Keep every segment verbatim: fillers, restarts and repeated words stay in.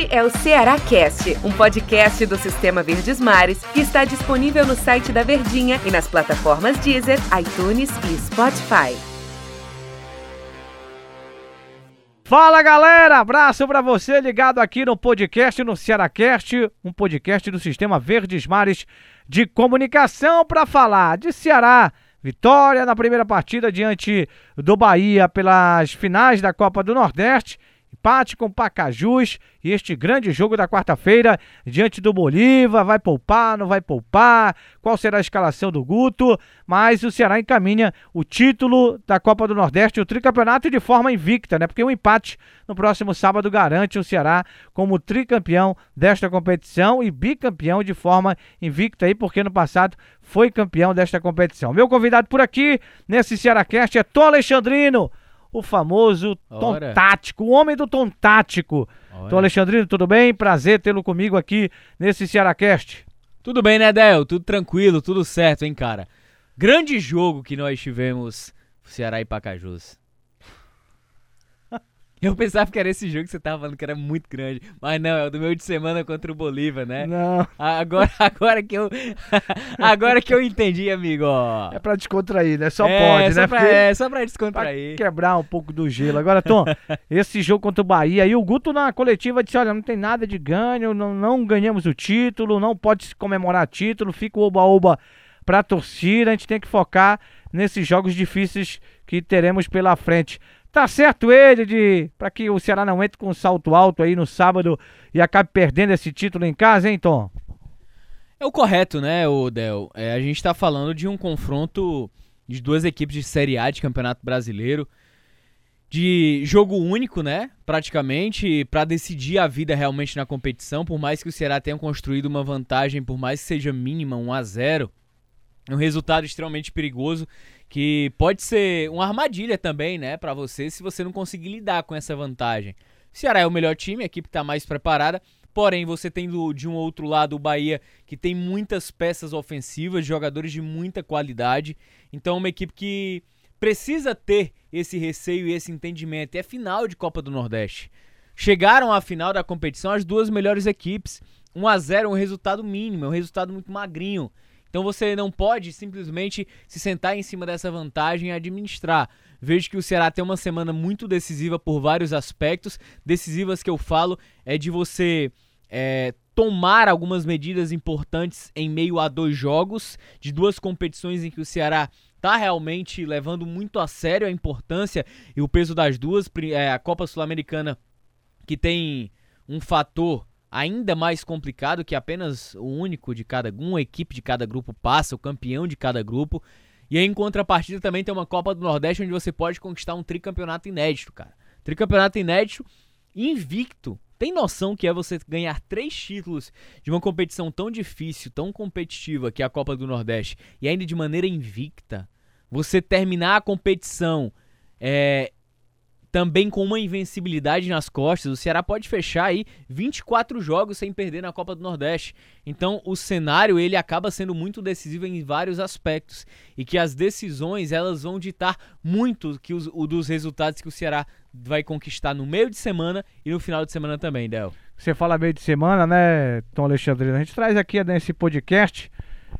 Este é o Ceará Cast, um podcast do Sistema Verdes Mares que está disponível no site da Verdinha e nas plataformas Deezer, iTunes e Spotify. Fala galera, abraço pra você ligado aqui no podcast, no Ceará Cast, um podcast do Sistema Verdes Mares de Comunicação para falar de Ceará. Vitória na primeira partida diante do Bahia pelas finais da Copa do Nordeste. Empate com o Pacajus e este grande jogo da quarta-feira diante do Bolívar. Vai poupar, não vai poupar? Qual será a escalação do Guto? Mas o Ceará encaminha o título da Copa do Nordeste, o tricampeonato de forma invicta, né? Porque o empate no próximo sábado garante o Ceará como tricampeão desta competição e bicampeão de forma invicta aí, porque no passado foi campeão desta competição. Meu convidado por aqui nesse Ceará Cast é Tom Alexandrino, o famoso Tom Ora. Tático, o homem do Tom Tático. Ora. Tom Alexandrino, tudo bem? Prazer tê-lo comigo aqui nesse CearáCast. Tudo bem, né, Del? Tudo tranquilo, tudo certo, hein, cara? Grande jogo que nós tivemos, Ceará e Pacajus. Eu pensava que era esse jogo que você tava falando que era muito grande, mas não, é o do meio de semana contra o Bolívar, né? Não. Agora, agora que eu agora que eu entendi, amigo, ó. É pra descontrair, né? Só é, pode, só né? Pra, Porque é, só pra pra descontrair. quebrar um pouco do gelo. Agora, Tom, esse jogo contra o Bahia, aí o Guto na coletiva disse, olha, não tem nada de ganho, não, não ganhamos o título, não pode se comemorar título, fica o oba-oba pra torcida, a gente tem que focar nesses jogos difíceis que teremos pela frente. Tá certo ele de para que o Ceará não entre com um salto alto aí no sábado e acabe perdendo esse título em casa, hein, Tom? É o correto, né, o Del? É, a gente tá falando de um confronto de duas equipes de Série A de Campeonato Brasileiro, de jogo único, né, praticamente, para decidir a vida realmente na competição, por mais que o Ceará tenha construído uma vantagem, por mais que seja mínima, um a zero, um resultado extremamente perigoso, que pode ser uma armadilha também, né, pra você, se você não conseguir lidar com essa vantagem. O Ceará é o melhor time, a equipe tá mais preparada, porém você tem do, de um outro lado o Bahia, que tem muitas peças ofensivas, jogadores de muita qualidade, então é uma equipe que precisa ter esse receio e esse entendimento. É final de Copa do Nordeste. Chegaram à final da competição as duas melhores equipes, um a zero é um resultado mínimo, é um resultado muito magrinho. Então você não pode simplesmente se sentar em cima dessa vantagem e administrar. Vejo que o Ceará tem uma semana muito decisiva por vários aspectos. Decisivas que eu falo é de você é, tomar algumas medidas importantes em meio a dois jogos, de duas competições em que o Ceará está realmente levando muito a sério a importância e o peso das duas. É, a Copa Sul-Americana, que tem um fator ainda mais complicado, que apenas o único de cada, uma equipe de cada grupo passa, o campeão de cada grupo. E aí, em contrapartida, também tem uma Copa do Nordeste onde você pode conquistar um tricampeonato inédito, cara. Tricampeonato inédito, invicto. Tem noção que é você ganhar três títulos de uma competição tão difícil, tão competitiva, que é a Copa do Nordeste, e ainda de maneira invicta? Você terminar a competição é, também com uma invencibilidade nas costas. O Ceará pode fechar aí vinte e quatro jogos sem perder na Copa do Nordeste. Então o cenário ele acaba sendo muito decisivo em vários aspectos e que as decisões elas vão ditar muito que os, o dos resultados que o Ceará vai conquistar no meio de semana e no final de semana também, Del. Você fala meio de semana, né, Tom Alexandrino? A gente traz aqui nesse podcast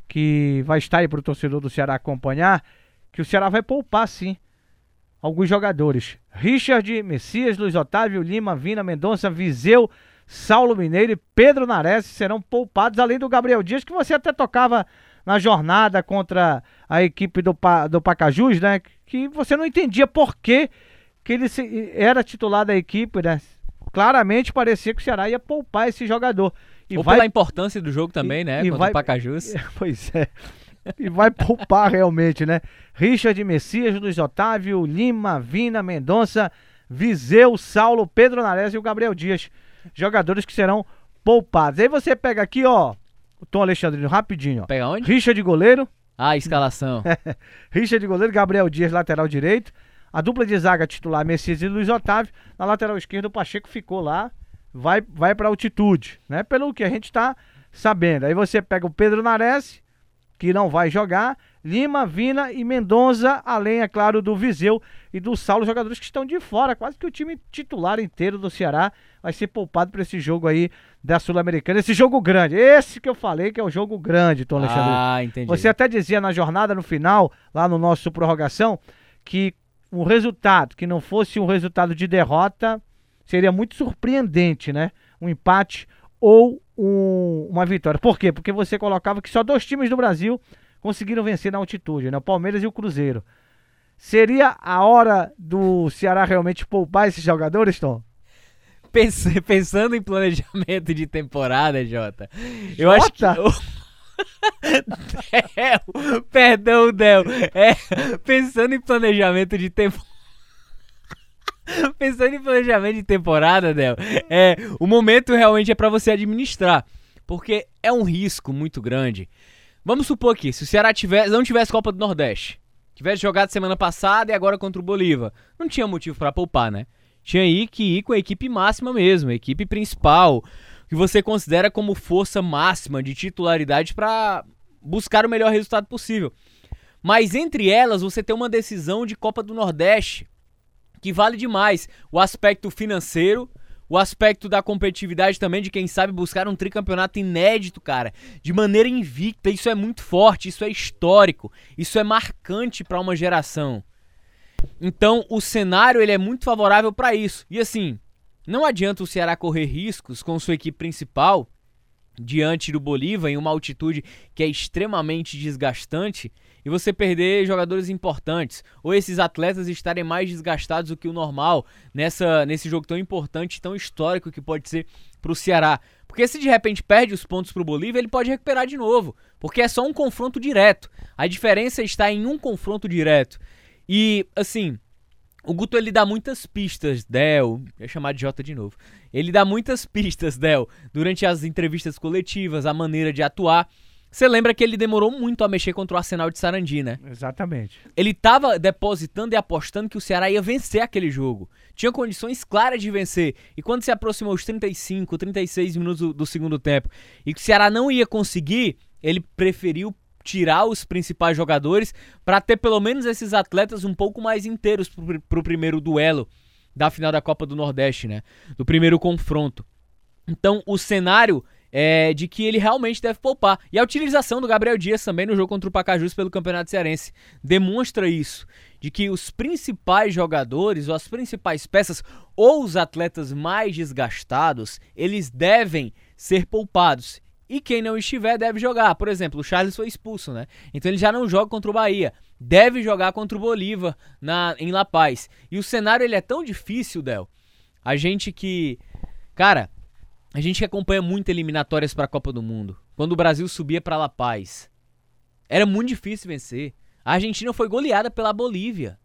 que vai estar aí para o torcedor do Ceará acompanhar, que o Ceará vai poupar sim alguns jogadores. Richard, Messias, Luiz Otávio, Lima, Vina, Mendonça, Viseu, Saulo Mineiro e Pedro Nares serão poupados, além do Gabriel Dias, que você até tocava na jornada contra a equipe do, do Pacajus, né? Que você não entendia por que, que ele se, era titular da equipe, né? Claramente parecia que o Ceará ia poupar esse jogador. E Ou vai... pela importância do jogo também, e, né? E contra vai... o Pacajus. Pois é. E vai poupar realmente, né? Richard, Messias, Luiz Otávio, Lima, Vina, Mendonça, Viseu, Saulo, Pedro Nares e o Gabriel Dias. Jogadores que serão poupados. Aí você pega aqui, ó, o Tom Alexandrino, rapidinho, ó. Pega onde? Richard de goleiro. Ah, escalação. Richard de goleiro, Gabriel Dias, lateral direito. A dupla de zaga titular, Messias e Luiz Otávio. Na lateral esquerda, o Pacheco ficou lá. Vai, vai pra altitude, né? Pelo que a gente tá sabendo. Aí você pega o Pedro Nares, que não vai jogar, Lima, Vina e Mendonça, além, é claro, do Viseu e do Saulo, jogadores que estão de fora, quase que o time titular inteiro do Ceará vai ser poupado para esse jogo aí da Sul-Americana. Esse jogo grande, esse que eu falei que é o jogo grande, Tom Alexandre. Ah, entendi. Você até dizia na jornada, no final, lá no nosso prorrogação, que um resultado que não fosse um resultado de derrota seria muito surpreendente, né? Um empate ou um, uma vitória. Por quê? Porque você colocava que só dois times do Brasil conseguiram vencer na altitude, né? O Palmeiras e o Cruzeiro. Seria a hora do Ceará realmente poupar esses jogadores, Tom? Pens- Pensando em planejamento de temporada, Jota, eu acho que... Del, perdão, Del. É, pensando em planejamento de temporada... Pensando em planejamento de temporada, Del, é, o momento realmente é pra você administrar, porque é um risco muito grande. Vamos supor que se o Ceará tivesse, não tivesse Copa do Nordeste, tivesse jogado semana passada e agora contra o Bolívar, não tinha motivo pra poupar, né? Tinha aí que ir com a equipe máxima mesmo, a equipe principal, que você considera como força máxima de titularidade pra buscar o melhor resultado possível. Mas entre elas você tem uma decisão de Copa do Nordeste, que vale demais. O aspecto financeiro, o aspecto da competitividade também, de quem sabe buscar um tricampeonato inédito, cara, de maneira invicta. Isso é muito forte, isso é histórico, isso é marcante para uma geração. Então o cenário ele é muito favorável para isso. E assim, não adianta o Ceará correr riscos com sua equipe principal diante do Bolívar em uma altitude que é extremamente desgastante e você perder jogadores importantes ou esses atletas estarem mais desgastados do que o normal nessa, nesse jogo tão importante, tão histórico que pode ser pro Ceará. Porque se de repente perde os pontos pro Bolívar, ele pode recuperar de novo, porque é só um confronto direto. A diferença está em um confronto direto. E assim, o Guto ele dá muitas pistas, Del, ia chamar de Jota de novo. Ele dá muitas pistas, Del, durante as entrevistas coletivas, a maneira de atuar. Você lembra que ele demorou muito a mexer contra o Arsenal de Sarandi, né? Exatamente. Ele tava depositando e apostando que o Ceará ia vencer aquele jogo. Tinha condições claras de vencer. E quando se aproximou os trinta e cinco, trinta e seis minutos do, do segundo tempo e que o Ceará não ia conseguir, ele preferiu tirar os principais jogadores para ter pelo menos esses atletas um pouco mais inteiros pro, pro primeiro duelo da final da Copa do Nordeste, né? Do primeiro confronto. Então o cenário é de que ele realmente deve poupar. E a utilização do Gabriel Dias também no jogo contra o Pacajus pelo Campeonato Cearense demonstra isso, de que os principais jogadores ou as principais peças ou os atletas mais desgastados, eles devem ser poupados. E quem não estiver deve jogar. Por exemplo, o Charles foi expulso, né? Então ele já não joga contra o Bahia. Deve jogar contra o Bolívar na, em La Paz. E o cenário ele é tão difícil, Del. A gente que... Cara, a gente que acompanha muito eliminatórias para a Copa do Mundo. Quando o Brasil subia para La Paz, era muito difícil vencer. A Argentina foi goleada pela Bolívia.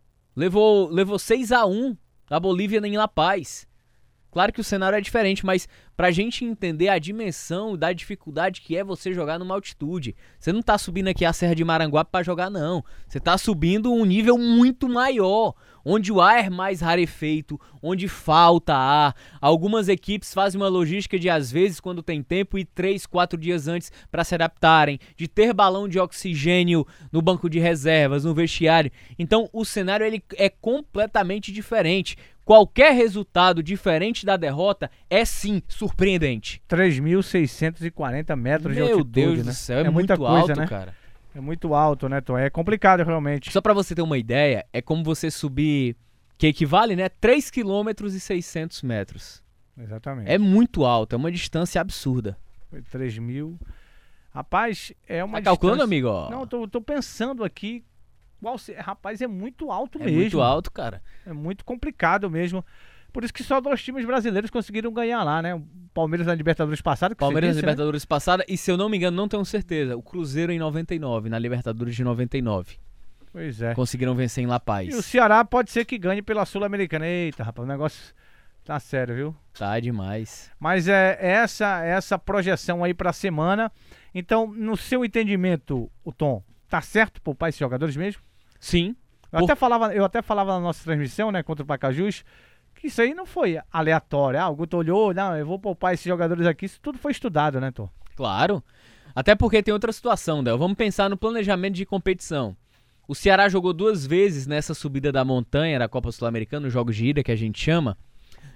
Levou, levou seis a um da Bolívia em La Paz. Claro que o cenário é diferente, mas pra gente entender a dimensão da dificuldade que é você jogar numa altitude. Você não tá subindo aqui a Serra de Maranguape pra jogar, não. Você tá subindo um nível muito maior, onde o ar é mais rarefeito, onde falta ar. Algumas equipes fazem uma logística de, às vezes, quando tem tempo, ir três, quatro dias antes para se adaptarem, de ter balão de oxigênio no banco de reservas, no vestiário. Então, o cenário ele é completamente diferente. Qualquer resultado diferente da derrota é, sim, surpreendente. três mil seiscentos e quarenta metros Meu de altitude, Deus né? do céu, é, é muita muito coisa, alto, né? cara. É muito alto, né, Tom? É complicado, realmente. Só pra você ter uma ideia, é como você subir, que equivale, né, três quilômetros e seiscentos metros. Exatamente. É muito alto, é uma distância absurda. Foi três mil. Rapaz, é uma Tá calculando, distância... amigo? Ó. Não, tô, tô pensando aqui. Qual se... Rapaz, é muito alto é mesmo. muito alto, cara. É muito complicado mesmo. Por isso que só dois times brasileiros conseguiram ganhar lá, né? O Palmeiras na Libertadores passada. Que Palmeiras na disse, Libertadores né? passada, e se eu não me engano, não tenho certeza, o Cruzeiro em noventa e nove, na Libertadores de noventa e nove. Pois é. Conseguiram vencer em La Paz. E o Ceará pode ser que ganhe pela Sul-Americana. Eita, rapaz, o negócio tá sério, viu? Tá demais. Mas é essa essa projeção aí pra semana. Então, no seu entendimento, o Tom, tá certo poupar esses jogadores mesmo? Sim. Eu, Por... até falava, eu até falava na nossa transmissão, né, contra o Pacajus, que isso aí não foi aleatório. Ah, o Guto olhou, não, eu vou poupar esses jogadores aqui. Isso tudo foi estudado, né, Tom? Claro. Até porque tem outra situação, Del. Vamos pensar no planejamento de competição. O Ceará jogou duas vezes nessa subida da montanha da Copa Sul-Americana, os jogos de ida que a gente chama.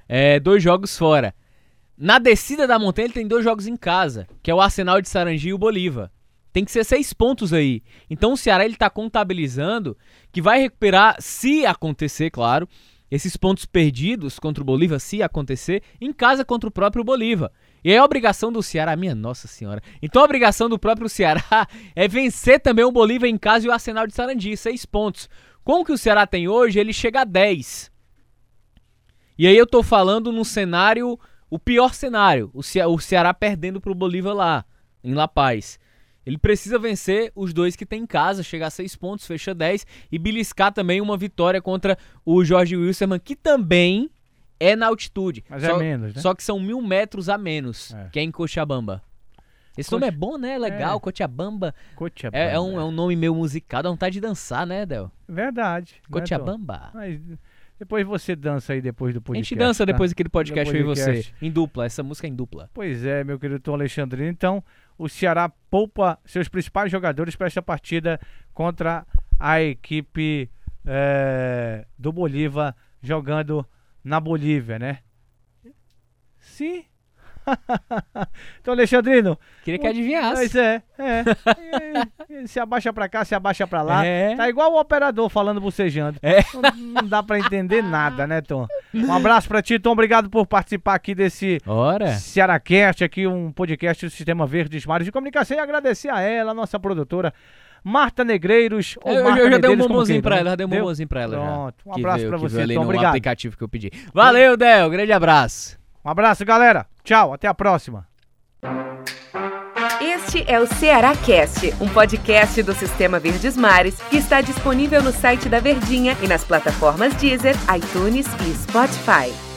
é, dois jogos fora. Na descida da montanha ele tem dois jogos em casa, que é o Arsenal de Sarandi e o Bolívar. Tem que ser seis pontos aí. Então o Ceará ele tá contabilizando que vai recuperar, se acontecer, claro, esses pontos perdidos contra o Bolívar, se acontecer, em casa contra o próprio Bolívar. E aí a obrigação do Ceará, minha nossa senhora. Então a obrigação do próprio Ceará é vencer também o Bolívar em casa e o Arsenal de Sarandi, seis pontos. Com o que o Ceará tem hoje, ele chega a dez. E aí eu tô falando num cenário, o pior cenário, o, Ce- o Ceará perdendo pro Bolívar lá, em La Paz. Ele precisa vencer os dois que tem em casa, chegar a seis pontos, fecha dez e beliscar também uma vitória contra o Jorge Wilstermann, que também é na altitude. Mas só, é menos, né? Só que são mil metros a menos, É. que é em Cochabamba. Esse Coxa- nome é bom, né? Legal, É. Cochabamba. Cochabamba. É, é, um, é um nome meio musical, dá vontade de dançar, né, Del? Verdade. né, Tom? Cochabamba. Mas depois você dança aí depois do A podcast. gente dança tá? depois daquele podcast Do eu e você. podcast. Em dupla, essa música é em dupla. Pois é, meu querido Tom Alexandrino. Então, o Ceará poupa seus principais jogadores para esta partida contra a equipe é, do Bolívar, jogando na Bolívia, né? Sim. Então, Alexandrino. Queria que adivinhasse. Pois é, é. E- e- se abaixa pra cá, se abaixa pra lá. É. Tá igual o operador falando bocejando. É. Não, não dá pra entender nada, né, Tom? Um abraço pra ti, Tom. Obrigado por participar aqui desse Ora. Cearacast, aqui um podcast do Sistema Verdes Mares de Comunicação, e agradecer a ela, a nossa produtora, Marta Negreiros. ou Eu, eu Marta já dei um Medeiros, como bombonzinho queira, pra né? ela, já dei um Deu? bombonzinho pra ela já. Pronto, um Que abraço veio- pra que você, veio ali Tom. no Obrigado. aplicativo que eu pedi. Valeu, Del. Grande abraço. Um abraço, galera. Tchau, até a próxima. Este é o Ceará Cast, um podcast do Sistema Verdes Mares que está disponível no site da Verdinha e nas plataformas Deezer, iTunes e Spotify.